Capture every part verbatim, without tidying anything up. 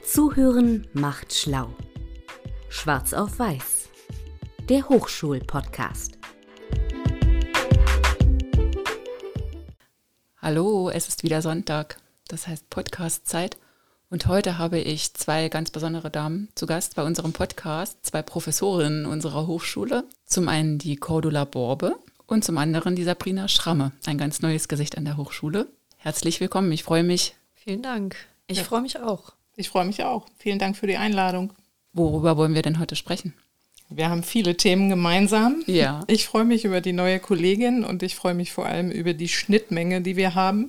Zuhören macht schlau. Schwarz auf Weiß. Der Hochschul-Podcast. Hallo, es ist wieder Sonntag, das heißt Podcast-Zeit. Und heute habe ich zwei ganz besondere Damen zu Gast bei unserem Podcast, zwei Professorinnen unserer Hochschule. Zum einen die Cordula Borbe und zum anderen die Sabrina Schramme, ein ganz neues Gesicht an der Hochschule. Herzlich willkommen, ich freue mich. Vielen Dank, ich ja. freue mich auch. Ich freue mich auch. Vielen Dank für die Einladung. Worüber wollen wir denn heute sprechen? Wir haben viele Themen gemeinsam. Ja. Ich freue mich über die neue Kollegin und ich freue mich vor allem über die Schnittmenge, die wir haben.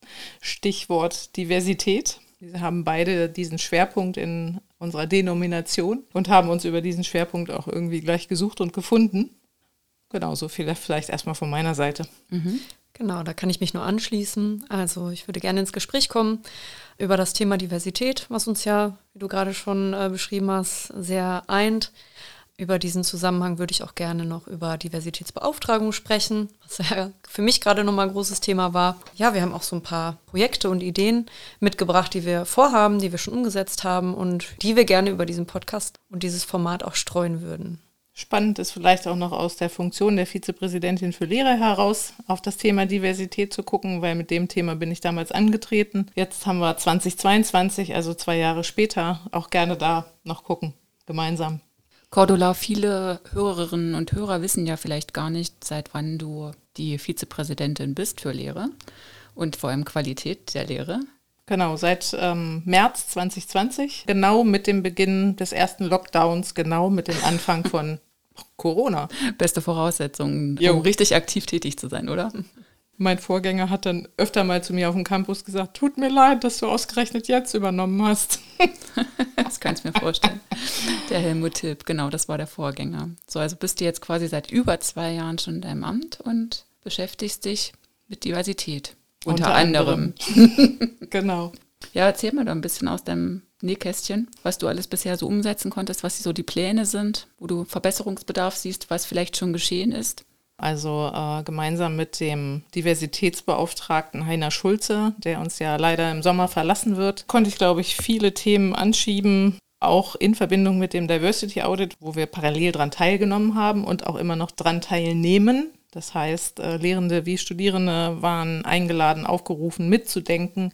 Stichwort Diversität. Wir haben beide diesen Schwerpunkt in unserer Denomination und haben uns über diesen Schwerpunkt auch irgendwie gleich gesucht und gefunden. Genau, so viel vielleicht erstmal von meiner Seite. Mhm. Genau, da kann ich mich nur anschließen. Also ich würde gerne ins Gespräch kommen über das Thema Diversität, was uns ja, wie du gerade schon äh, beschrieben hast, sehr eint. Über diesen Zusammenhang würde ich auch gerne noch über Diversitätsbeauftragung sprechen, was ja für mich gerade nochmal ein großes Thema war. Ja, wir haben auch so ein paar Projekte und Ideen mitgebracht, die wir vorhaben, die wir schon umgesetzt haben und die wir gerne über diesen Podcast und dieses Format auch streuen würden. Spannend ist vielleicht auch noch aus der Funktion der Vizepräsidentin für Lehre heraus auf das Thema Diversität zu gucken, weil mit dem Thema bin ich damals angetreten. Jetzt haben wir zweitausendzweiundzwanzig, also zwei Jahre später, auch gerne da noch gucken, gemeinsam. Cordula, viele Hörerinnen und Hörer wissen ja vielleicht gar nicht, seit wann du die Vizepräsidentin bist für Lehre und vor allem Qualität der Lehre. Genau, seit ähm, März zwanzig zwanzig, genau mit dem Beginn des ersten Lockdowns, genau mit dem Anfang von Corona. Beste Voraussetzungen, Jo. um richtig aktiv tätig zu sein, oder? Mein Vorgänger hat dann öfter mal zu mir auf dem Campus gesagt, tut mir leid, dass du ausgerechnet jetzt übernommen hast. Das kann ich mir vorstellen. Der Helmut Tilp, genau, das war der Vorgänger. So, also bist du jetzt quasi seit über zwei Jahren schon in deinem Amt und beschäftigst dich mit Diversität. Unter, Unter anderem. anderem. Genau. Ja, erzähl mal doch ein bisschen aus deinem Nähkästchen, was du alles bisher so umsetzen konntest, was so die Pläne sind, wo du Verbesserungsbedarf siehst, was vielleicht schon geschehen ist. Also äh, gemeinsam mit dem Diversitätsbeauftragten Heiner Schulze, der uns ja leider im Sommer verlassen wird, konnte ich, glaube ich, viele Themen anschieben, auch in Verbindung mit dem Diversity Audit, wo wir parallel dran teilgenommen haben und auch immer noch dran teilnehmen. Das heißt, äh, Lehrende wie Studierende waren eingeladen, aufgerufen, mitzudenken,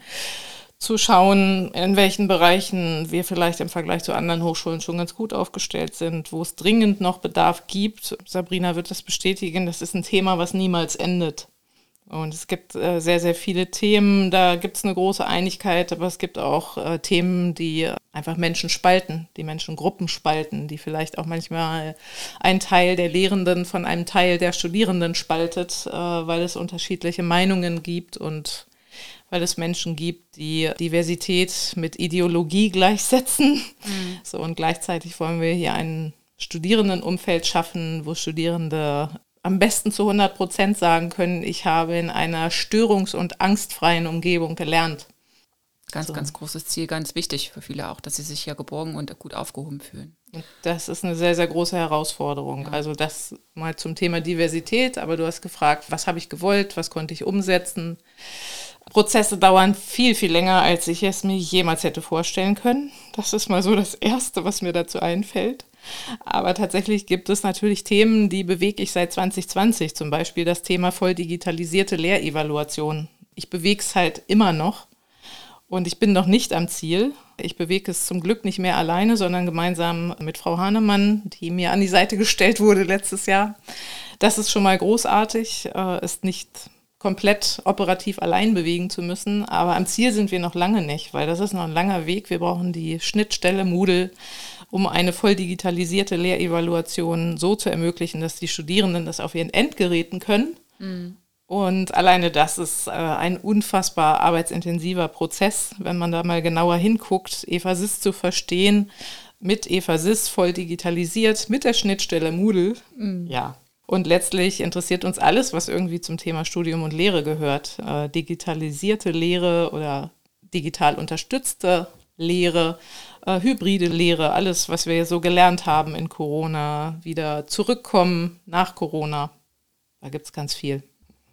zu schauen, in welchen Bereichen wir vielleicht im Vergleich zu anderen Hochschulen schon ganz gut aufgestellt sind, wo es dringend noch Bedarf gibt. Sabrina wird das bestätigen, das ist ein Thema, was niemals endet. Und es gibt äh, sehr, sehr viele Themen, da gibt es eine große Einigkeit, aber es gibt auch äh, Themen, die einfach Menschen spalten, die Menschengruppen spalten, die vielleicht auch manchmal ein Teil der Lehrenden von einem Teil der Studierenden spaltet, äh, weil es unterschiedliche Meinungen gibt und weil es Menschen gibt, die Diversität mit Ideologie gleichsetzen. Mhm. So, und gleichzeitig wollen wir hier ein Studierendenumfeld schaffen, wo Studierende am besten zu hundert Prozent sagen können, ich habe in einer störungs- und angstfreien Umgebung gelernt. Ganz, so. ganz großes Ziel, ganz wichtig für viele auch, dass sie sich hier geborgen und gut aufgehoben fühlen. Und das ist eine sehr, sehr große Herausforderung. Ja. Also das mal zum Thema Diversität, aber du hast gefragt, was habe ich gewollt, was konnte ich umsetzen? Prozesse dauern viel, viel länger, als ich es mir jemals hätte vorstellen können. Das ist mal so das Erste, was mir dazu einfällt. Aber tatsächlich gibt es natürlich Themen, die bewege ich seit zwanzig zwanzig, zum Beispiel das Thema voll digitalisierte Lehrevaluation. Ich bewege es halt immer noch und ich bin noch nicht am Ziel. Ich bewege es zum Glück nicht mehr alleine, sondern gemeinsam mit Frau Hahnemann, die mir an die Seite gestellt wurde letztes Jahr. Das ist schon mal großartig, ist nicht komplett operativ allein bewegen zu müssen, aber am Ziel sind wir noch lange nicht, weil das ist noch ein langer Weg. Wir brauchen die Schnittstelle Moodle, um eine voll digitalisierte Lehrevaluation so zu ermöglichen, dass die Studierenden das auf ihren Endgeräten können. Mhm. Und alleine das ist äh, ein unfassbar arbeitsintensiver Prozess, wenn man da mal genauer hinguckt, Evasys zu verstehen, mit Evasys voll digitalisiert, mit der Schnittstelle Moodle. Mhm. Ja. Und letztlich interessiert uns alles, was irgendwie zum Thema Studium und Lehre gehört. Äh, digitalisierte Lehre oder digital unterstützte Lehre, äh, hybride Lehre, alles, was wir so gelernt haben in Corona, wieder zurückkommen nach Corona. Da gibt es ganz viel.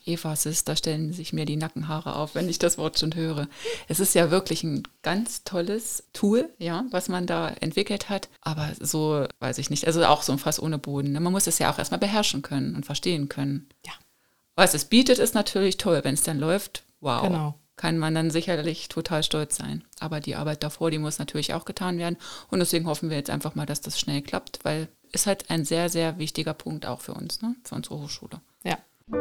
Ephasis, da stellen sich mir die Nackenhaare auf, wenn ich das Wort schon höre. Es ist ja wirklich ein ganz tolles Tool, ja, was man da entwickelt hat. Aber so, weiß ich nicht, also auch so ein Fass ohne Boden. Ne? Man muss es ja auch erstmal beherrschen können und verstehen können. Ja. Was es bietet, ist natürlich toll. Wenn es dann läuft, wow. Genau. Kann man dann sicherlich total stolz sein. Aber die Arbeit davor, die muss natürlich auch getan werden. Und deswegen hoffen wir jetzt einfach mal, dass das schnell klappt, weil es halt ein sehr, sehr wichtiger Punkt auch für uns, ne? Für unsere Hochschule. Ja.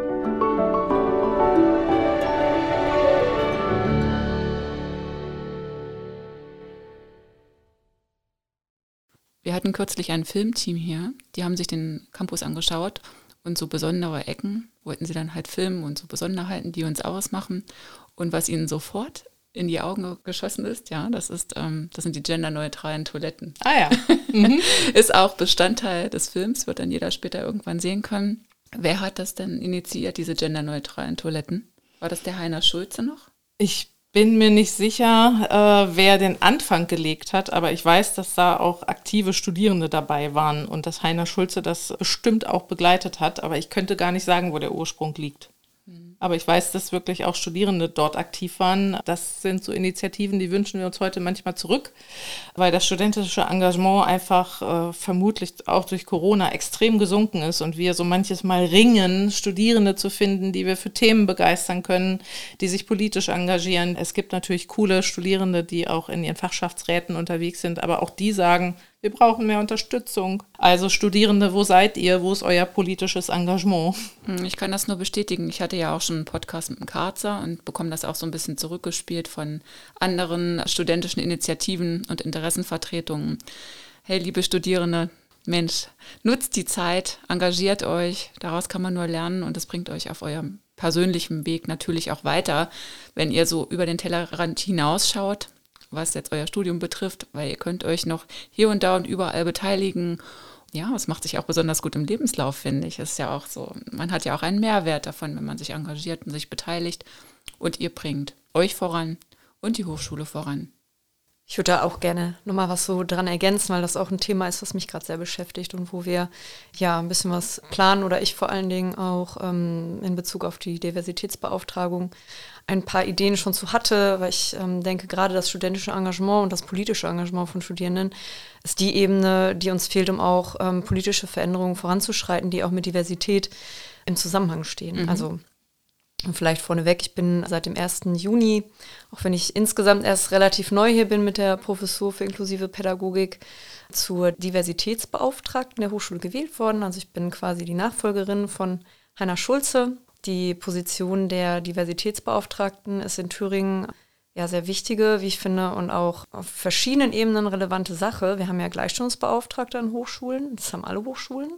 Wir hatten kürzlich ein Filmteam hier, die haben sich den Campus angeschaut und so besondere Ecken wollten sie dann halt filmen und so Besonderheiten, die uns ausmachen. Und was ihnen sofort in die Augen geschossen ist, ja, das ist, ähm, das sind die genderneutralen Toiletten. Ah ja. Mhm. Ist auch Bestandteil des Films, wird dann jeder später irgendwann sehen können. Wer hat das denn initiiert, diese genderneutralen Toiletten? War das der Heiner Schulze noch? Ich bin mir nicht sicher, äh, wer den Anfang gelegt hat, aber ich weiß, dass da auch aktive Studierende dabei waren und dass Heiner Schulze das bestimmt auch begleitet hat, aber ich könnte gar nicht sagen, wo der Ursprung liegt. Aber ich weiß, dass wirklich auch Studierende dort aktiv waren. Das sind so Initiativen, die wünschen wir uns heute manchmal zurück, weil das studentische Engagement einfach äh, vermutlich auch durch Corona extrem gesunken ist und wir so manches Mal ringen, Studierende zu finden, die wir für Themen begeistern können, die sich politisch engagieren. Es gibt natürlich coole Studierende, die auch in ihren Fachschaftsräten unterwegs sind, aber auch die sagen, wir brauchen mehr Unterstützung. Also Studierende, wo seid ihr? Wo ist euer politisches Engagement? Ich kann das nur bestätigen. Ich hatte ja auch schon einen Podcast mit dem Karzer und bekomme das auch so ein bisschen zurückgespielt von anderen studentischen Initiativen und Interessenvertretungen. Hey, liebe Studierende, Mensch, nutzt die Zeit, engagiert euch. Daraus kann man nur lernen und das bringt euch auf eurem persönlichen Weg natürlich auch weiter, wenn ihr so über den Tellerrand hinausschaut, was jetzt euer Studium betrifft, weil ihr könnt euch noch hier und da und überall beteiligen. Ja, es macht sich auch besonders gut im Lebenslauf, finde ich. Es ist ja auch so, man hat ja auch einen Mehrwert davon, wenn man sich engagiert und sich beteiligt. Und ihr bringt euch voran und die Hochschule voran. Ich würde da auch gerne nochmal was so dran ergänzen, weil das auch ein Thema ist, was mich gerade sehr beschäftigt und wo wir ja ein bisschen was planen oder ich vor allen Dingen auch ähm, in Bezug auf die Diversitätsbeauftragung ein paar Ideen schon zu hatte, weil ich ähm, denke, gerade das studentische Engagement und das politische Engagement von Studierenden ist die Ebene, die uns fehlt, um auch ähm, politische Veränderungen voranzuschreiten, die auch mit Diversität im Zusammenhang stehen. Mhm. Also und vielleicht vorneweg, ich bin seit dem ersten Juni, auch wenn ich insgesamt erst relativ neu hier bin mit der Professur für inklusive Pädagogik, zur Diversitätsbeauftragten der Hochschule gewählt worden. Also ich bin quasi die Nachfolgerin von Heiner Schulze. Die Position der Diversitätsbeauftragten ist in Thüringen ja sehr wichtige, wie ich finde, und auch auf verschiedenen Ebenen relevante Sache. Wir haben ja Gleichstellungsbeauftragte an Hochschulen, das haben alle Hochschulen.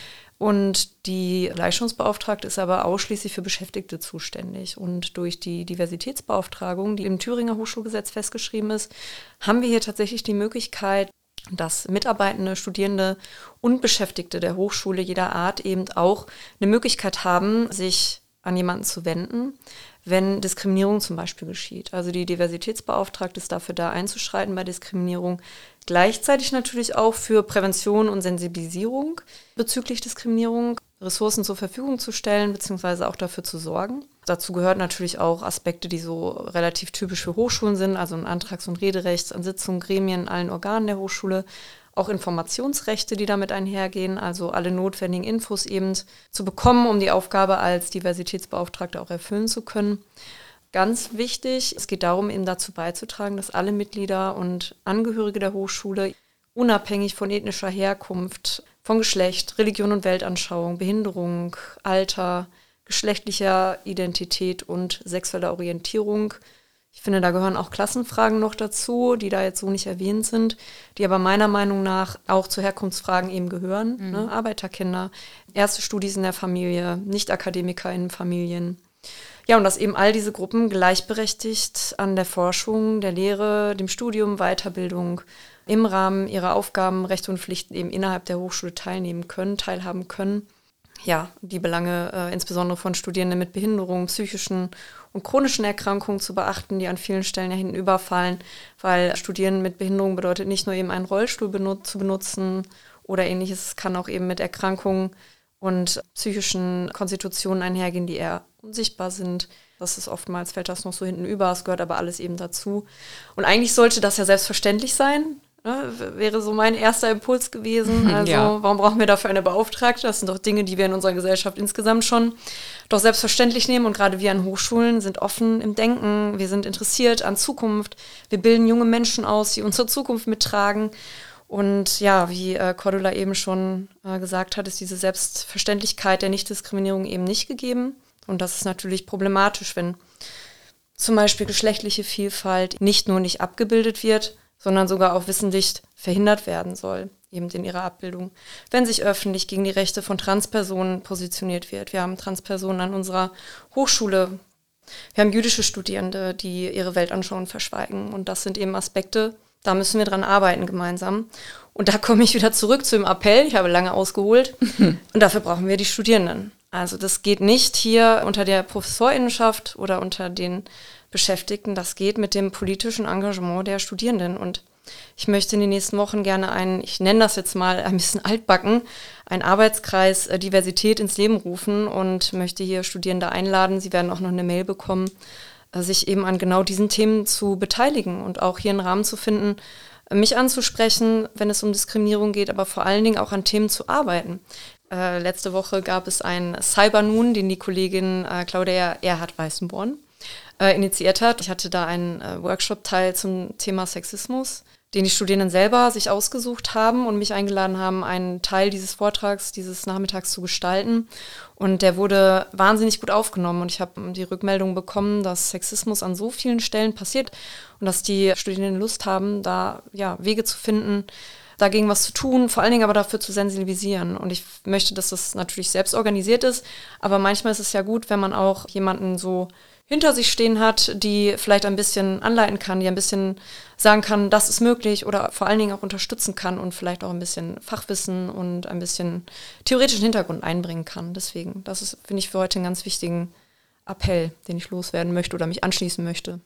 Und die Gleichstellungsbeauftragte ist aber ausschließlich für Beschäftigte zuständig. Und durch die Diversitätsbeauftragung, die im Thüringer Hochschulgesetz festgeschrieben ist, haben wir hier tatsächlich die Möglichkeit, dass Mitarbeitende, Studierende und Beschäftigte der Hochschule jeder Art eben auch eine Möglichkeit haben, sich an jemanden zu wenden, wenn Diskriminierung zum Beispiel geschieht. Also die Diversitätsbeauftragte ist dafür da, einzuschreiten bei Diskriminierung. Gleichzeitig natürlich auch für Prävention und Sensibilisierung bezüglich Diskriminierung, Ressourcen zur Verfügung zu stellen, beziehungsweise auch dafür zu sorgen. Dazu gehört natürlich auch Aspekte, die so relativ typisch für Hochschulen sind, also ein Antrags- und Rederecht an Sitzungen, Gremien, allen Organen der Hochschule, auch Informationsrechte, die damit einhergehen, also alle notwendigen Infos eben zu bekommen, um die Aufgabe als Diversitätsbeauftragte auch erfüllen zu können. Ganz wichtig, es geht darum, eben dazu beizutragen, dass alle Mitglieder und Angehörige der Hochschule unabhängig von ethnischer Herkunft, von Geschlecht, Religion und Weltanschauung, Behinderung, Alter, geschlechtlicher Identität und sexueller Orientierung, ich finde, da gehören auch Klassenfragen noch dazu, die da jetzt so nicht erwähnt sind, die aber meiner Meinung nach auch zu Herkunftsfragen eben gehören. Mhm. Ne? Arbeiterkinder, erste Studis in der Familie, Nicht-Akademiker in Familien. Ja, und dass eben all diese Gruppen gleichberechtigt an der Forschung, der Lehre, dem Studium, Weiterbildung im Rahmen ihrer Aufgaben, Rechte und Pflichten eben innerhalb der Hochschule teilnehmen können, teilhaben können. Ja, die Belange äh, insbesondere von Studierenden mit Behinderungen, psychischen und chronischen Erkrankungen zu beachten, die an vielen Stellen ja hinten überfallen, weil Studieren mit Behinderung bedeutet nicht nur eben einen Rollstuhl benut- zu benutzen oder ähnliches, es kann auch eben mit Erkrankungen und psychischen Konstitutionen einhergehen, die eher unsichtbar sind. Das ist oftmals, fällt das noch so hinten über, es gehört aber alles eben dazu. Und eigentlich sollte das ja selbstverständlich sein, ne? Wäre so mein erster Impuls gewesen. Also ja. Warum brauchen wir dafür eine Beauftragte? Das sind doch Dinge, die wir in unserer Gesellschaft insgesamt schon doch selbstverständlich nehmen. Und gerade wir an Hochschulen sind offen im Denken, wir sind interessiert an Zukunft. Wir bilden junge Menschen aus, die unsere Zukunft mittragen. Und ja, wie äh, Cordula eben schon äh, gesagt hat, ist diese Selbstverständlichkeit der Nichtdiskriminierung eben nicht gegeben. Und das ist natürlich problematisch, wenn zum Beispiel geschlechtliche Vielfalt nicht nur nicht abgebildet wird, sondern sogar auch wissentlich verhindert werden soll, eben in ihrer Abbildung. Wenn sich öffentlich gegen die Rechte von Transpersonen positioniert wird. Wir haben Transpersonen an unserer Hochschule. Wir haben jüdische Studierende, die ihre Weltanschauung verschweigen. Und das sind eben Aspekte, da müssen wir dran arbeiten gemeinsam. Und da komme ich wieder zurück zu dem Appell. Ich habe lange ausgeholt. Und dafür brauchen wir die Studierenden. Also das geht nicht hier unter der Professorinnenschaft oder unter den Beschäftigten. Das geht mit dem politischen Engagement der Studierenden. Und ich möchte in den nächsten Wochen gerne einen, ich nenne das jetzt mal ein bisschen altbacken, einen Arbeitskreis äh, Diversität ins Leben rufen und möchte hier Studierende einladen. Sie werden auch noch eine Mail bekommen, äh, sich eben an genau diesen Themen zu beteiligen und auch hier einen Rahmen zu finden, äh, mich anzusprechen, wenn es um Diskriminierung geht, aber vor allen Dingen auch an Themen zu arbeiten. Äh, letzte Woche gab es einen Cybernoon, den die Kollegin äh, Claudia Erhard-Weißenborn äh, initiiert hat. Ich hatte da einen äh, Workshop-Teil zum Thema Sexismus, den die Studierenden selber sich ausgesucht haben und mich eingeladen haben, einen Teil dieses Vortrags, dieses Nachmittags zu gestalten. Und der wurde wahnsinnig gut aufgenommen. Und ich habe die Rückmeldung bekommen, dass Sexismus an so vielen Stellen passiert und dass die Studierenden Lust haben, da ja, Wege zu finden, dagegen was zu tun, vor allen Dingen aber dafür zu sensibilisieren. Und ich möchte, dass das natürlich selbst organisiert ist, aber manchmal ist es ja gut, wenn man auch jemanden so hinter sich stehen hat, die vielleicht ein bisschen anleiten kann, die ein bisschen sagen kann, das ist möglich oder vor allen Dingen auch unterstützen kann und vielleicht auch ein bisschen Fachwissen und ein bisschen theoretischen Hintergrund einbringen kann. Deswegen, das ist, finde ich, für heute einen ganz wichtigen Appell, den ich loswerden möchte oder mich anschließen möchte.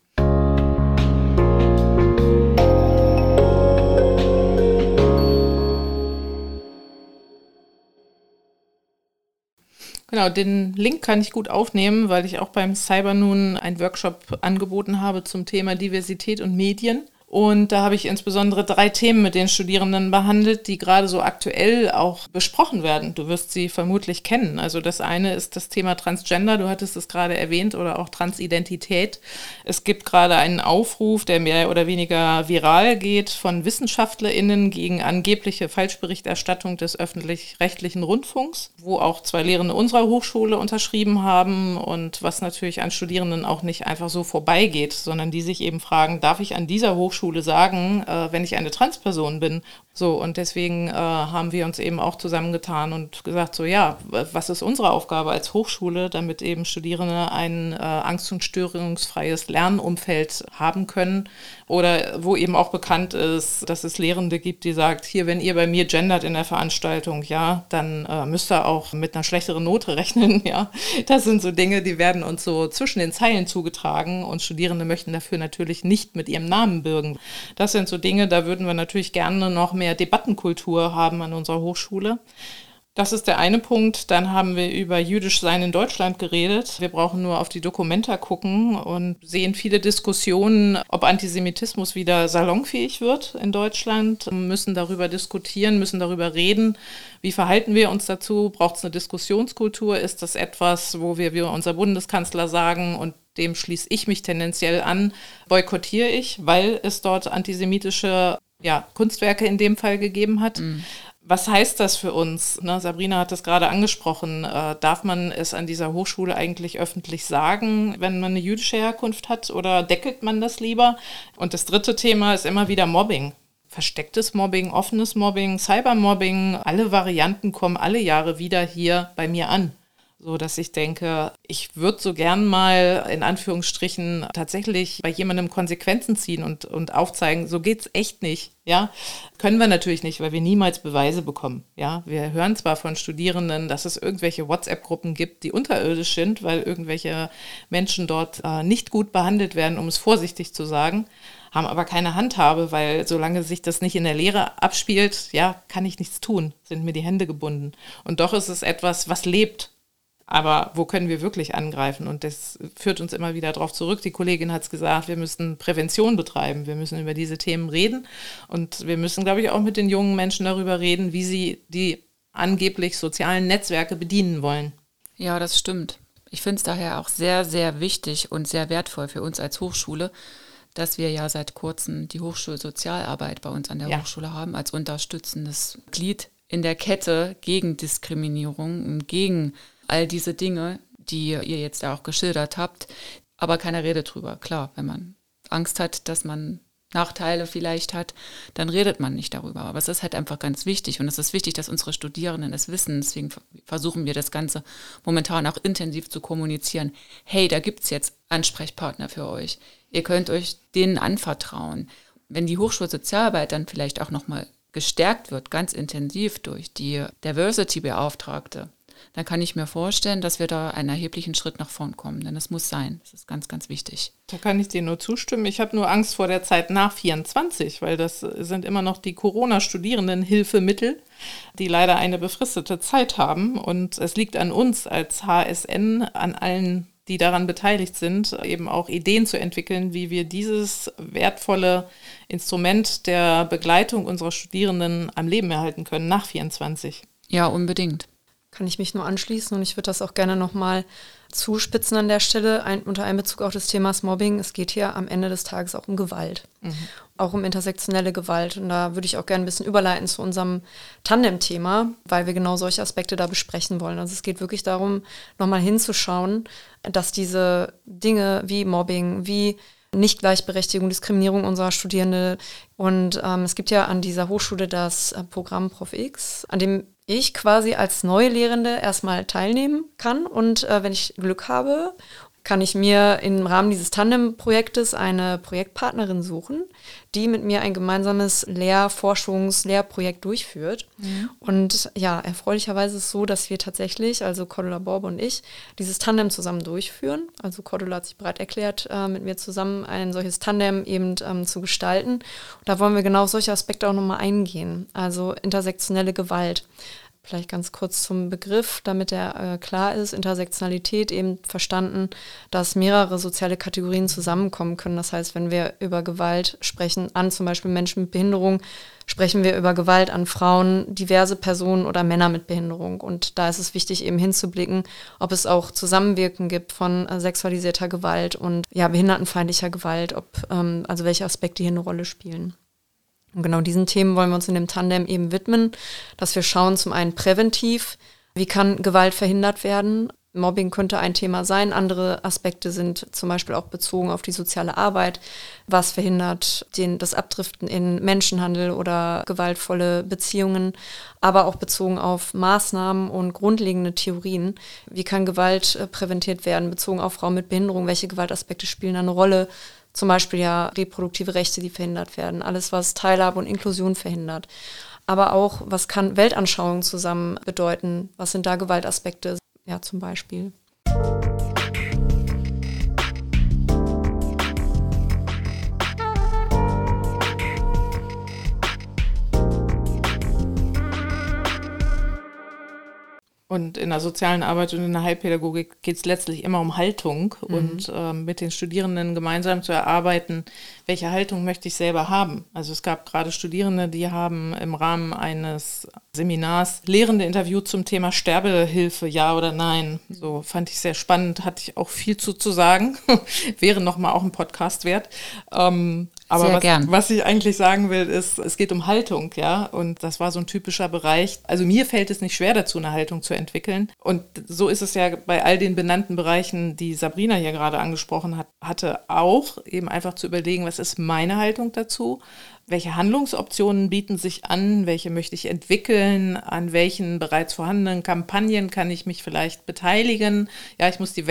Genau, den Link kann ich gut aufnehmen, weil ich auch beim Cybernoon einen Workshop angeboten habe zum Thema Diversität und Medien. Und da habe ich insbesondere drei Themen mit den Studierenden behandelt, die gerade so aktuell auch besprochen werden. Du wirst sie vermutlich kennen. Also das eine ist das Thema Transgender, du hattest es gerade erwähnt, oder auch Transidentität. Es gibt gerade einen Aufruf, der mehr oder weniger viral geht, von WissenschaftlerInnen gegen angebliche Falschberichterstattung des öffentlich-rechtlichen Rundfunks, wo auch zwei Lehrende unserer Hochschule unterschrieben haben und was natürlich an Studierenden auch nicht einfach so vorbeigeht, sondern die sich eben fragen, darf ich an dieser Hochschule sagen, äh, wenn ich eine Transperson bin. So, und deswegen äh, haben wir uns eben auch zusammengetan und gesagt, so ja, was ist unsere Aufgabe als Hochschule, damit eben Studierende ein äh, angst- und störungsfreies Lernumfeld haben können oder wo eben auch bekannt ist, dass es Lehrende gibt, die sagt, hier, wenn ihr bei mir gendert in der Veranstaltung, ja, dann äh, müsst ihr auch mit einer schlechteren Note rechnen, ja. Das sind so Dinge, die werden uns so zwischen den Zeilen zugetragen und Studierende möchten dafür natürlich nicht mit ihrem Namen bürgen. Das sind so Dinge, da würden wir natürlich gerne noch mehr Debattenkultur haben an unserer Hochschule. Das ist der eine Punkt. Dann haben wir über Jüdisch sein in Deutschland geredet. Wir brauchen nur auf die Dokumenta gucken und sehen viele Diskussionen, ob Antisemitismus wieder salonfähig wird in Deutschland. Wir müssen darüber diskutieren, müssen darüber reden. Wie verhalten wir uns dazu? Braucht es eine Diskussionskultur? Ist das etwas, wo wir, wie unser Bundeskanzler sagen, und dem schließe ich mich tendenziell an, boykottiere ich, weil es dort antisemitische ja, Kunstwerke in dem Fall gegeben hat. Mhm. Was heißt das für uns? Ne, Sabrina hat das gerade angesprochen. Äh, darf man es an dieser Hochschule eigentlich öffentlich sagen, wenn man eine jüdische Herkunft hat, oder deckelt man das lieber? Und das dritte Thema ist immer wieder Mobbing. Verstecktes Mobbing, offenes Mobbing, Cybermobbing, alle Varianten kommen alle Jahre wieder hier bei mir an. So dass ich denke, ich würde so gern mal in Anführungsstrichen tatsächlich bei jemandem Konsequenzen ziehen und, und aufzeigen, so geht's echt nicht. Ja, können wir natürlich nicht, weil wir niemals Beweise bekommen. Ja, wir hören zwar von Studierenden, dass es irgendwelche WhatsApp-Gruppen gibt, die unterirdisch sind, weil irgendwelche Menschen dort äh, nicht gut behandelt werden, um es vorsichtig zu sagen. haben aber keine Handhabe, weil solange sich das nicht in der Lehre abspielt, ja, kann ich nichts tun, sind mir die Hände gebunden. Und doch ist es etwas, was lebt. Aber wo können wir wirklich angreifen? Und das führt uns immer wieder darauf zurück. Die Kollegin hat es gesagt, wir müssen Prävention betreiben. Wir müssen über diese Themen reden. Und wir müssen, glaube ich, auch mit den jungen Menschen darüber reden, wie sie die angeblich sozialen Netzwerke bedienen wollen. Ja, das stimmt. Ich finde es daher auch sehr, sehr wichtig und sehr wertvoll für uns als Hochschule, dass wir ja seit kurzem die Hochschulsozialarbeit bei uns an der ja. Hochschule haben, als unterstützendes Glied in der Kette gegen Diskriminierung und gegen all diese Dinge, die ihr jetzt auch geschildert habt. Aber keiner redet drüber. Klar, wenn man Angst hat, dass man Nachteile vielleicht hat, dann redet man nicht darüber. Aber es ist halt einfach ganz wichtig und es ist wichtig, dass unsere Studierenden es wissen. Deswegen versuchen wir das Ganze momentan auch intensiv zu kommunizieren. Hey, da gibt es jetzt Ansprechpartner für euch. Ihr könnt euch denen anvertrauen. Wenn die Hochschulsozialarbeit dann vielleicht auch nochmal gestärkt wird, ganz intensiv durch die Diversity-Beauftragte, dann kann ich mir vorstellen, dass wir da einen erheblichen Schritt nach vorn kommen. Denn das muss sein. Das ist ganz, ganz wichtig. Da kann ich dir nur zustimmen. Ich habe nur Angst vor der Zeit nach vierundzwanzig, weil das sind immer noch die Corona-Studierendenhilfemittel, die leider eine befristete Zeit haben. Und es liegt an uns als H S N, an allen, die daran beteiligt sind, eben auch Ideen zu entwickeln, wie wir dieses wertvolle Instrument der Begleitung unserer Studierenden am Leben erhalten können nach vierundzwanzig. Ja, unbedingt. Kann ich mich nur anschließen und ich würde das auch gerne nochmal zuspitzen an der Stelle, ein, unter Einbezug auch des Themas Mobbing. Es geht hier am Ende des Tages auch um Gewalt, mhm. auch um intersektionelle Gewalt. Und da würde ich auch gerne ein bisschen überleiten zu unserem Tandem-Thema, weil wir genau solche Aspekte da besprechen wollen. Also es geht wirklich darum, nochmal hinzuschauen, dass diese Dinge wie Mobbing, wie Nicht-Gleichberechtigung, Diskriminierung unserer Studierenden und ähm, es gibt ja an dieser Hochschule das äh, Programm ProfX, an dem ich quasi als neue Lehrende erstmal teilnehmen kann und äh, wenn ich Glück habe, kann ich mir im Rahmen dieses Tandem-Projektes eine Projektpartnerin suchen, die mit mir ein gemeinsames Lehr-, Forschungs-, Lehrprojekt durchführt. Mhm. Und ja, erfreulicherweise ist es so, dass wir tatsächlich, also Cordula Borbe und ich, dieses Tandem zusammen durchführen. Also Cordula hat sich bereit erklärt, äh, mit mir zusammen ein solches Tandem eben ähm, zu gestalten. Und da wollen wir genau auf solche Aspekte auch nochmal eingehen. Also intersektionelle Gewalt. Vielleicht ganz kurz zum Begriff, damit er äh, klar ist, Intersektionalität eben verstanden, dass mehrere soziale Kategorien zusammenkommen können. Das heißt, wenn wir über Gewalt sprechen an zum Beispiel Menschen mit Behinderung, sprechen wir über Gewalt an Frauen, diverse Personen oder Männer mit Behinderung. Und da ist es wichtig, eben hinzublicken, ob es auch Zusammenwirken gibt von äh, sexualisierter Gewalt und ja, behindertenfeindlicher Gewalt, ob ähm, also welche Aspekte hier eine Rolle spielen. Und genau diesen Themen wollen wir uns in dem Tandem eben widmen, dass wir schauen, zum einen präventiv, wie kann Gewalt verhindert werden. Mobbing könnte ein Thema sein. Andere Aspekte sind zum Beispiel auch bezogen auf die soziale Arbeit. Was verhindert den, das Abdriften in Menschenhandel oder gewaltvolle Beziehungen, aber auch bezogen auf Maßnahmen und grundlegende Theorien. Wie kann Gewalt äh, präventiert werden, bezogen auf Frauen mit Behinderung? Welche Gewaltaspekte spielen da eine Rolle? Zum Beispiel ja reproduktive Rechte, die verhindert werden. Alles, was Teilhabe und Inklusion verhindert. Aber auch, was kann Weltanschauung zusammen bedeuten? Was sind da Gewaltaspekte? Ja, zum Beispiel. Und in der sozialen Arbeit und in der Heilpädagogik geht es letztlich immer um Haltung mhm. und ähm, mit den Studierenden gemeinsam zu erarbeiten, welche Haltung möchte ich selber haben. Also es gab gerade Studierende, die haben im Rahmen eines Seminars Lehrende interviewt zum Thema Sterbehilfe, ja oder nein. So fand ich sehr spannend, hatte ich auch viel zu, zu sagen. Wäre nochmal auch ein Podcast wert. Ähm, Aber Sehr was, gern. was ich eigentlich sagen will, ist, es geht um Haltung, ja. Und das war so ein typischer Bereich. Also mir fällt es nicht schwer dazu, eine Haltung zu entwickeln. Und so ist es ja bei all den benannten Bereichen, die Sabrina hier gerade angesprochen hat, hatte auch eben einfach zu überlegen, was ist meine Haltung dazu? Welche Handlungsoptionen bieten sich an? Welche möchte ich entwickeln? An welchen bereits vorhandenen Kampagnen kann ich mich vielleicht beteiligen? Ja, ich muss die Welt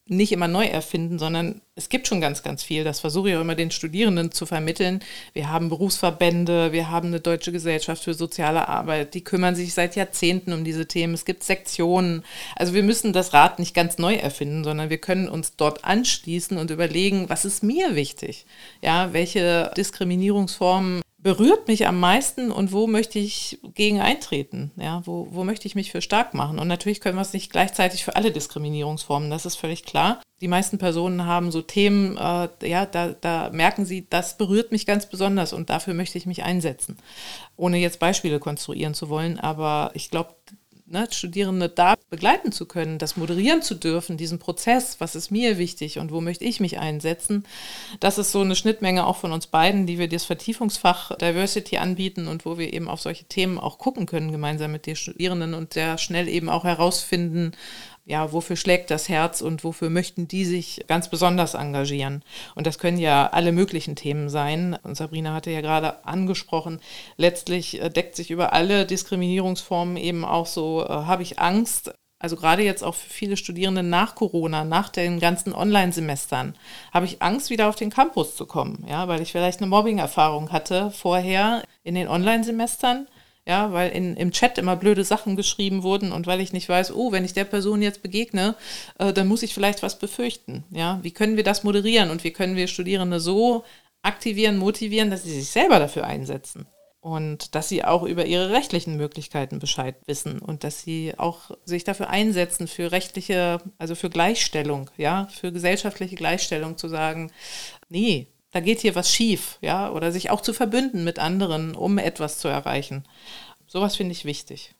nicht immer neu erfinden, sondern es gibt schon ganz, ganz viel. Das versuche ich auch immer den Studierenden zu vermitteln. Wir haben Berufsverbände, wir haben eine Deutsche Gesellschaft für soziale Arbeit, die kümmern sich seit Jahrzehnten um diese Themen. Es gibt Sektionen. Also wir müssen das Rad nicht ganz neu erfinden, sondern wir können uns dort anschließen und überlegen, was ist mir wichtig? Ja, welche Diskriminierungsformen berührt mich am meisten und wo möchte ich gegen eintreten? Ja, wo, wo möchte ich mich für stark machen? Und natürlich können wir es nicht gleichzeitig für alle Diskriminierungsformen, das ist völlig klar. Die meisten Personen haben so Themen, äh, ja, da, da merken sie, das berührt mich ganz besonders und dafür möchte ich mich einsetzen. Ohne jetzt Beispiele konstruieren zu wollen, aber ich glaube, ne, Studierende da begleiten zu können, das moderieren zu dürfen, diesen Prozess, was ist mir wichtig und wo möchte ich mich einsetzen, das ist so eine Schnittmenge auch von uns beiden, die wir das Vertiefungsfach Diversity anbieten und wo wir eben auf solche Themen auch gucken können, gemeinsam mit den Studierenden und sehr schnell eben auch herausfinden, ja, wofür schlägt das Herz und wofür möchten die sich ganz besonders engagieren. Und das können ja alle möglichen Themen sein. Und Sabrina hatte ja gerade angesprochen, letztlich deckt sich über alle Diskriminierungsformen eben auch so, äh, habe ich Angst. Also gerade jetzt auch für viele Studierende nach Corona, nach den ganzen Online-Semestern, habe ich Angst, wieder auf den Campus zu kommen, ja, weil ich vielleicht eine Mobbing-Erfahrung hatte vorher in den Online-Semestern. Ja, weil in, im Chat immer blöde Sachen geschrieben wurden und weil ich nicht weiß, oh, wenn ich der Person jetzt begegne, äh, dann muss ich vielleicht was befürchten. Ja, wie können wir das moderieren und wie können wir Studierende so aktivieren, motivieren, dass sie sich selber dafür einsetzen und dass sie auch über ihre rechtlichen Möglichkeiten Bescheid wissen und dass sie auch sich dafür einsetzen für rechtliche, also für Gleichstellung, ja, für gesellschaftliche Gleichstellung zu sagen, nee, da geht hier was schief, ja, oder sich auch zu verbünden mit anderen, um etwas zu erreichen. Sowas finde ich wichtig.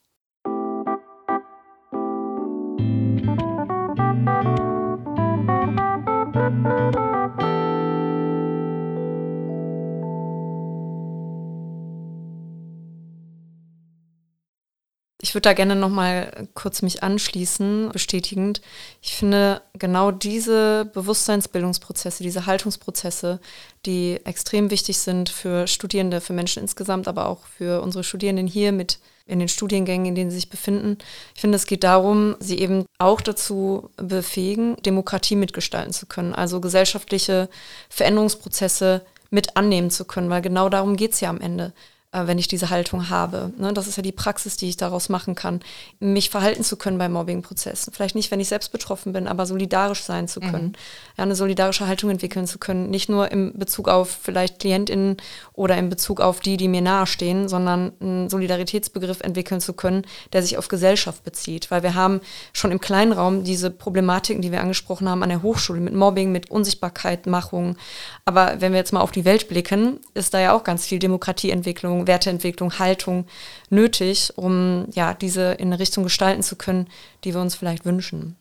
Ich würde da gerne nochmal kurz mich anschließen, bestätigend. Ich finde genau diese Bewusstseinsbildungsprozesse, diese Haltungsprozesse, die extrem wichtig sind für Studierende, für Menschen insgesamt, aber auch für unsere Studierenden hier mit in den Studiengängen, in denen sie sich befinden. Ich finde, es geht darum, sie eben auch dazu befähigen, Demokratie mitgestalten zu können, also gesellschaftliche Veränderungsprozesse mit annehmen zu können, weil genau darum geht es ja am Ende, wenn ich diese Haltung habe. Ne? Das ist ja die Praxis, die ich daraus machen kann, mich verhalten zu können bei Mobbing-Prozessen. Vielleicht nicht, wenn ich selbst betroffen bin, aber solidarisch sein zu können. Mhm. Ja, eine solidarische Haltung entwickeln zu können. Nicht nur im Bezug auf vielleicht KlientInnen oder in Bezug auf die, die mir nahestehen, sondern einen Solidaritätsbegriff entwickeln zu können, der sich auf Gesellschaft bezieht. Weil wir haben schon im kleinen Raum diese Problematiken, die wir angesprochen haben an der Hochschule, mit Mobbing, mit Unsichtbarkeit, Machung. Aber wenn wir jetzt mal auf die Welt blicken, ist da ja auch ganz viel Demokratieentwicklung, Werteentwicklung, Haltung nötig, um ja diese in eine Richtung gestalten zu können, die wir uns vielleicht wünschen.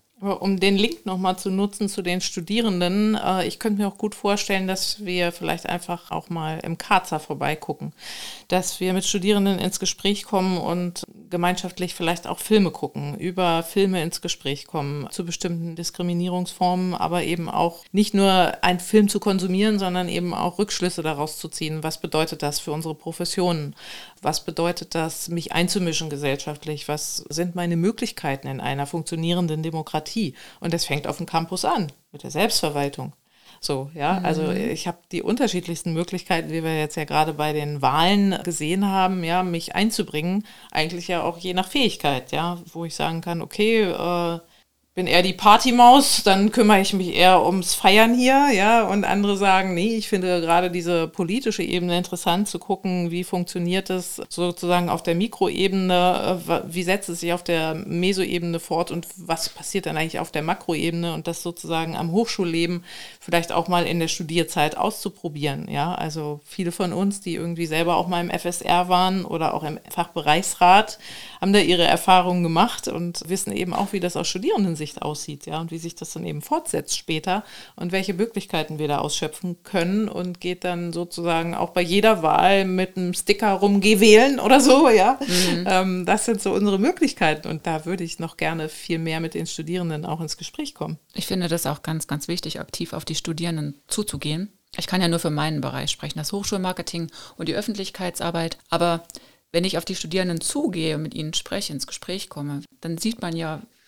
Um den Link nochmal zu nutzen zu den Studierenden, äh, ich könnte mir auch gut vorstellen, dass wir vielleicht einfach auch mal im Karzer vorbeigucken, dass wir mit Studierenden ins Gespräch kommen und gemeinschaftlich vielleicht auch Filme gucken, über Filme ins Gespräch kommen, zu bestimmten Diskriminierungsformen, aber eben auch nicht nur einen Film zu konsumieren, sondern eben auch Rückschlüsse daraus zu ziehen. Was bedeutet das für unsere Professionen? Was bedeutet das, mich einzumischen gesellschaftlich? Was sind meine Möglichkeiten in einer funktionierenden Demokratie? Und das fängt auf dem Campus an, mit der Selbstverwaltung. So, ja, mhm. Also ich habe die unterschiedlichsten Möglichkeiten, wie wir jetzt ja gerade bei den Wahlen gesehen haben, ja, mich einzubringen, eigentlich ja auch je nach Fähigkeit, ja, wo ich sagen kann, okay, äh, bin eher die Partymaus, dann kümmere ich mich eher ums Feiern hier, ja, und andere sagen, nee, ich finde gerade diese politische Ebene interessant, zu gucken, wie funktioniert es sozusagen auf der Mikroebene, wie setzt es sich auf der Mesoebene fort und was passiert dann eigentlich auf der Makroebene und das sozusagen am Hochschulleben vielleicht auch mal in der Studierzeit auszuprobieren, ja, also viele von uns, die irgendwie selber auch mal im F S R waren oder auch im Fachbereichsrat, haben da ihre Erfahrungen gemacht und wissen eben auch, wie das aus Studierendensicht aussieht, ja, und wie sich das dann eben fortsetzt später und welche Möglichkeiten wir da ausschöpfen können und geht dann sozusagen auch bei jeder Wahl mit einem Sticker rum, geh wählen oder so, ja. Mhm. Ähm, das sind so unsere Möglichkeiten und da würde ich noch gerne viel mehr mit den Studierenden auch ins Gespräch kommen. Ich finde das auch ganz, ganz wichtig, aktiv auf die Studierenden zuzugehen. Ich kann ja nur für meinen Bereich sprechen, das Hochschulmarketing und die Öffentlichkeitsarbeit, aber wenn ich auf die Studierenden zugehe und mit ihnen spreche, ins Gespräch komme, dann sieht man ja, wie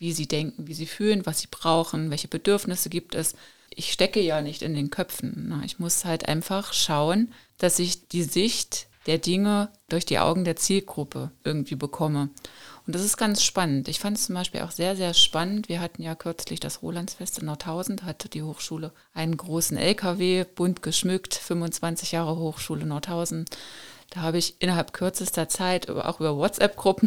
wie sie denken, wie sie fühlen, was sie brauchen, welche Bedürfnisse gibt es. Ich stecke ja nicht in den Köpfen. Ne? Ich muss halt einfach schauen, dass ich die Sicht der Dinge durch die Augen der Zielgruppe irgendwie bekomme. Und das ist ganz spannend. Ich fand es zum Beispiel auch sehr, sehr spannend. Wir hatten ja kürzlich das Rolandsfest in Nordhausen. Da hatte die Hochschule einen großen L K W, bunt geschmückt, fünfundzwanzig Jahre Hochschule Nordhausen. Da habe ich innerhalb kürzester Zeit, auch über WhatsApp-Gruppen,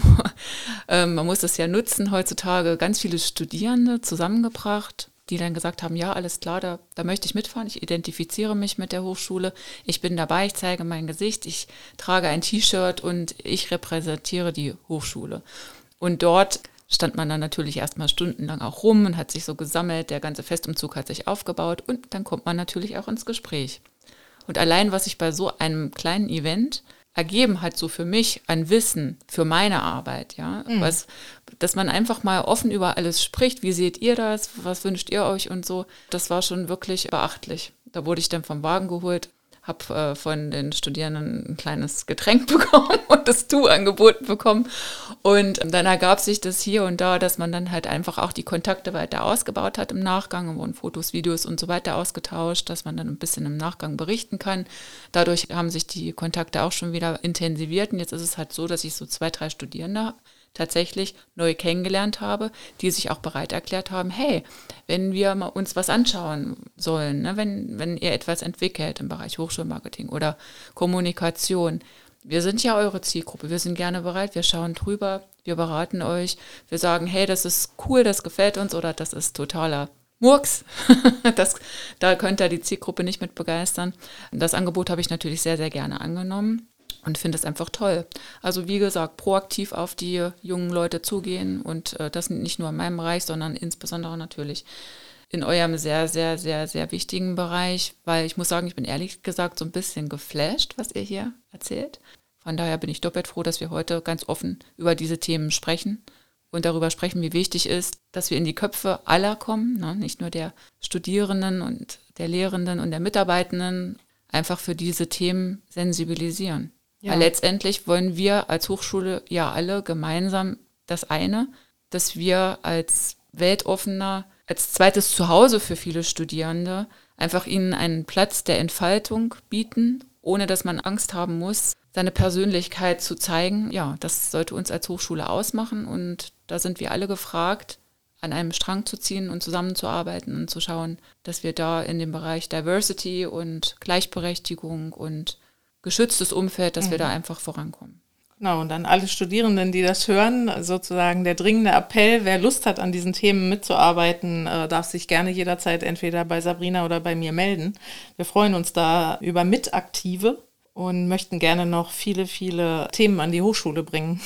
man muss das ja nutzen heutzutage, ganz viele Studierende zusammengebracht, die dann gesagt haben, ja, alles klar, da, da möchte ich mitfahren, ich identifiziere mich mit der Hochschule, ich bin dabei, ich zeige mein Gesicht, ich trage ein T-Shirt und ich repräsentiere die Hochschule. Und dort stand man dann natürlich erstmal stundenlang auch rum und hat sich so gesammelt, der ganze Festumzug hat sich aufgebaut und dann kommt man natürlich auch ins Gespräch. Und allein, was sich bei so einem kleinen Event ergeben hat, so für mich an Wissen, für meine Arbeit, ja, mhm. was, dass man einfach mal offen über alles spricht, wie seht ihr das, was wünscht ihr euch und so, das war schon wirklich beachtlich. Da wurde ich dann vom Wagen geholt, habe äh, von den Studierenden ein kleines Getränk bekommen und das Du angeboten bekommen. Und dann ergab sich das hier und da, dass man dann halt einfach auch die Kontakte weiter ausgebaut hat im Nachgang. Und wurden Fotos, Videos und so weiter ausgetauscht, dass man dann ein bisschen im Nachgang berichten kann. Dadurch haben sich die Kontakte auch schon wieder intensiviert. Und jetzt ist es halt so, dass ich so zwei, drei Studierende tatsächlich neu kennengelernt habe, die sich auch bereit erklärt haben, hey, wenn wir mal uns was anschauen sollen, ne, wenn, wenn ihr etwas entwickelt im Bereich Hochschulmarketing oder Kommunikation, wir sind ja eure Zielgruppe, wir sind gerne bereit, wir schauen drüber, wir beraten euch, wir sagen, hey, das ist cool, das gefällt uns oder das ist totaler Murks, das, da könnt ihr die Zielgruppe nicht mit begeistern. Das Angebot habe ich natürlich sehr, sehr gerne angenommen. Und finde es einfach toll. Also wie gesagt, proaktiv auf die jungen Leute zugehen und äh, das nicht nur in meinem Bereich, sondern insbesondere natürlich in eurem sehr, sehr, sehr, sehr wichtigen Bereich, weil ich muss sagen, ich bin ehrlich gesagt so ein bisschen geflasht, was ihr hier erzählt. Von daher bin ich doppelt froh, dass wir heute ganz offen über diese Themen sprechen und darüber sprechen, wie wichtig ist, dass wir in die Köpfe aller kommen, ne? Nicht nur der Studierenden und der Lehrenden und der Mitarbeitenden, einfach für diese Themen sensibilisieren. Ja. Weil letztendlich wollen wir als Hochschule ja alle gemeinsam das eine, dass wir als weltoffener, als zweites Zuhause für viele Studierende einfach ihnen einen Platz der Entfaltung bieten, ohne dass man Angst haben muss, seine Persönlichkeit zu zeigen. Ja, das sollte uns als Hochschule ausmachen und da sind wir alle gefragt, an einem Strang zu ziehen und zusammenzuarbeiten und zu schauen, dass wir da in dem Bereich Diversity und Gleichberechtigung und geschütztes Umfeld, dass mhm. wir da einfach vorankommen. Genau, und an alle Studierenden, die das hören, sozusagen der dringende Appell, wer Lust hat, an diesen Themen mitzuarbeiten, äh, darf sich gerne jederzeit entweder bei Sabrina oder bei mir melden. Wir freuen uns da über Mitaktive und möchten gerne noch viele, viele Themen an die Hochschule bringen.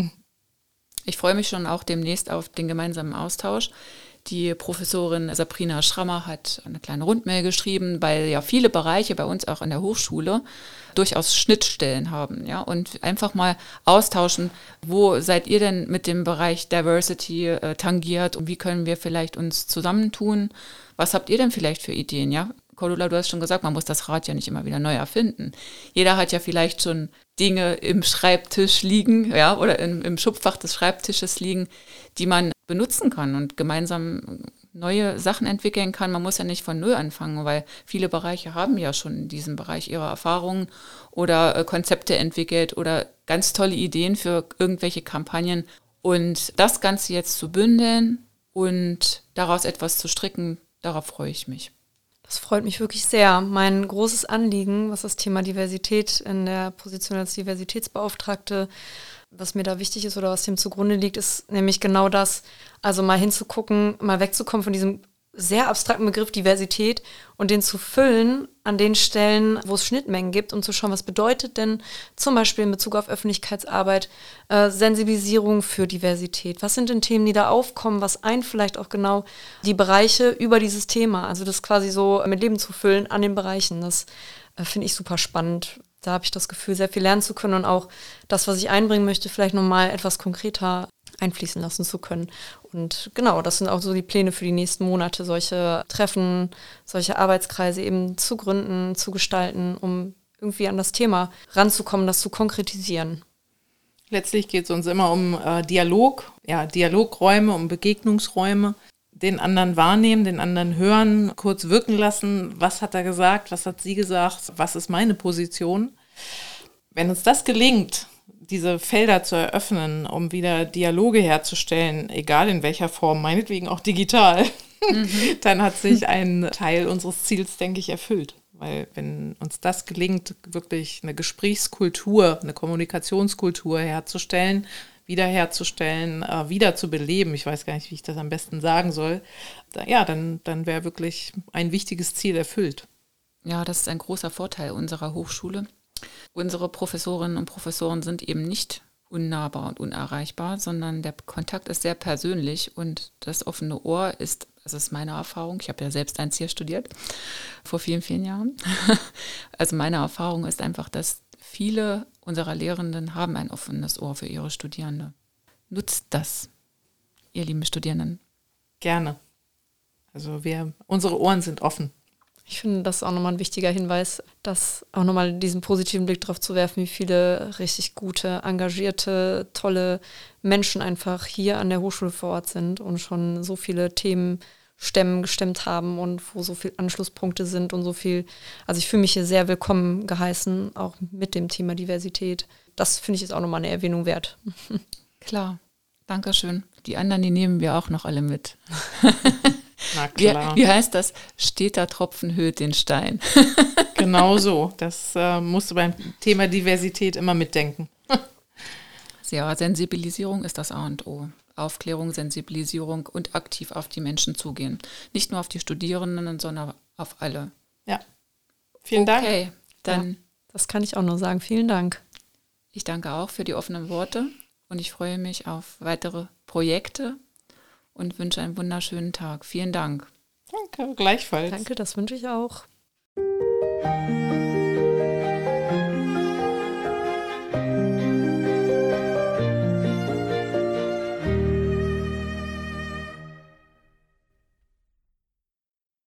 Ich freue mich schon auch demnächst auf den gemeinsamen Austausch. Die Professorin Sabrina Schrammer hat eine kleine Rundmail geschrieben, weil ja viele Bereiche bei uns auch an der Hochschule durchaus Schnittstellen haben, ja, und einfach mal austauschen, wo seid ihr denn mit dem Bereich Diversity äh, tangiert und wie können wir vielleicht uns zusammentun? Was habt ihr denn vielleicht für Ideen, ja? Cordula, du hast schon gesagt, man muss das Rad ja nicht immer wieder neu erfinden. Jeder hat ja vielleicht schon Dinge im Schreibtisch liegen, ja, oder im, im Schubfach des Schreibtisches liegen, die man benutzen kann und gemeinsam neue Sachen entwickeln kann. Man muss ja nicht von Null anfangen, weil viele Bereiche haben ja schon in diesem Bereich ihre Erfahrungen oder äh, Konzepte entwickelt oder ganz tolle Ideen für irgendwelche Kampagnen. Und das Ganze jetzt zu bündeln und daraus etwas zu stricken, darauf freue ich mich. Das freut mich wirklich sehr. Mein großes Anliegen, was das Thema Diversität in der Position als Diversitätsbeauftragte, was mir da wichtig ist oder was dem zugrunde liegt, ist nämlich genau das, also mal hinzugucken, mal wegzukommen von diesem sehr abstrakten Begriff Diversität und den zu füllen an den Stellen, wo es Schnittmengen gibt und zu schauen, was bedeutet denn zum Beispiel in Bezug auf Öffentlichkeitsarbeit äh, Sensibilisierung für Diversität. Was sind denn Themen, die da aufkommen? Was ein vielleicht auch genau die Bereiche über dieses Thema? Also das quasi so mit Leben zu füllen an den Bereichen. Das äh, finde ich super spannend. Da habe ich das Gefühl, sehr viel lernen zu können und auch das, was ich einbringen möchte, vielleicht nochmal etwas konkreter einfließen lassen zu können. Und genau, das sind auch so die Pläne für die nächsten Monate, solche Treffen, solche Arbeitskreise eben zu gründen, zu gestalten, um irgendwie an das Thema ranzukommen, das zu konkretisieren. Letztlich geht es uns immer um äh, Dialog, ja, Dialogräume, um Begegnungsräume. Den anderen wahrnehmen, den anderen hören, kurz wirken lassen. Was hat er gesagt? Was hat sie gesagt? Was ist meine Position? Wenn uns das gelingt, diese Felder zu eröffnen, um wieder Dialoge herzustellen, egal in welcher Form, meinetwegen auch digital, mhm. dann hat sich ein Teil unseres Ziels, denke ich, erfüllt. Weil wenn uns das gelingt, wirklich eine Gesprächskultur, eine Kommunikationskultur herzustellen, wiederherzustellen, äh, wieder zu beleben, ich weiß gar nicht, wie ich das am besten sagen soll, da, ja, dann, dann wäre wirklich ein wichtiges Ziel erfüllt. Ja, das ist ein großer Vorteil unserer Hochschule. Unsere Professorinnen und Professoren sind eben nicht unnahbar und unerreichbar, sondern der Kontakt ist sehr persönlich und das offene Ohr ist, das ist meine Erfahrung, ich habe ja selbst eins hier studiert, vor vielen, vielen Jahren. Also meine Erfahrung ist einfach, dass viele unserer Lehrenden haben ein offenes Ohr für ihre Studierende. Nutzt das, ihr lieben Studierenden. Gerne. Also wir, unsere Ohren sind offen. Ich finde, das ist auch nochmal ein wichtiger Hinweis, das auch nochmal diesen positiven Blick drauf zu werfen, wie viele richtig gute, engagierte, tolle Menschen einfach hier an der Hochschule vor Ort sind und schon so viele Themen stemmen, gestemmt haben und wo so viele Anschlusspunkte sind und so viel. Also ich fühle mich hier sehr willkommen geheißen, auch mit dem Thema Diversität. Das finde ich ist auch nochmal eine Erwähnung wert. Klar, danke schön. Die anderen, die nehmen wir auch noch alle mit. Na klar. Wie, wie heißt das? Steter Tropfen höhlt den Stein. Genau so. Das äh, musst du beim Thema Diversität immer mitdenken. Ja, Sensibilisierung ist das A und O. Aufklärung, Sensibilisierung und aktiv auf die Menschen zugehen. Nicht nur auf die Studierenden, sondern auf alle. Ja, vielen Dank. Okay, dann. Ja, das kann ich auch nur sagen. Vielen Dank. Ich danke auch für die offenen Worte und ich freue mich auf weitere Projekte und wünsche einen wunderschönen Tag. Vielen Dank. Danke, gleichfalls. Danke, das wünsche ich auch.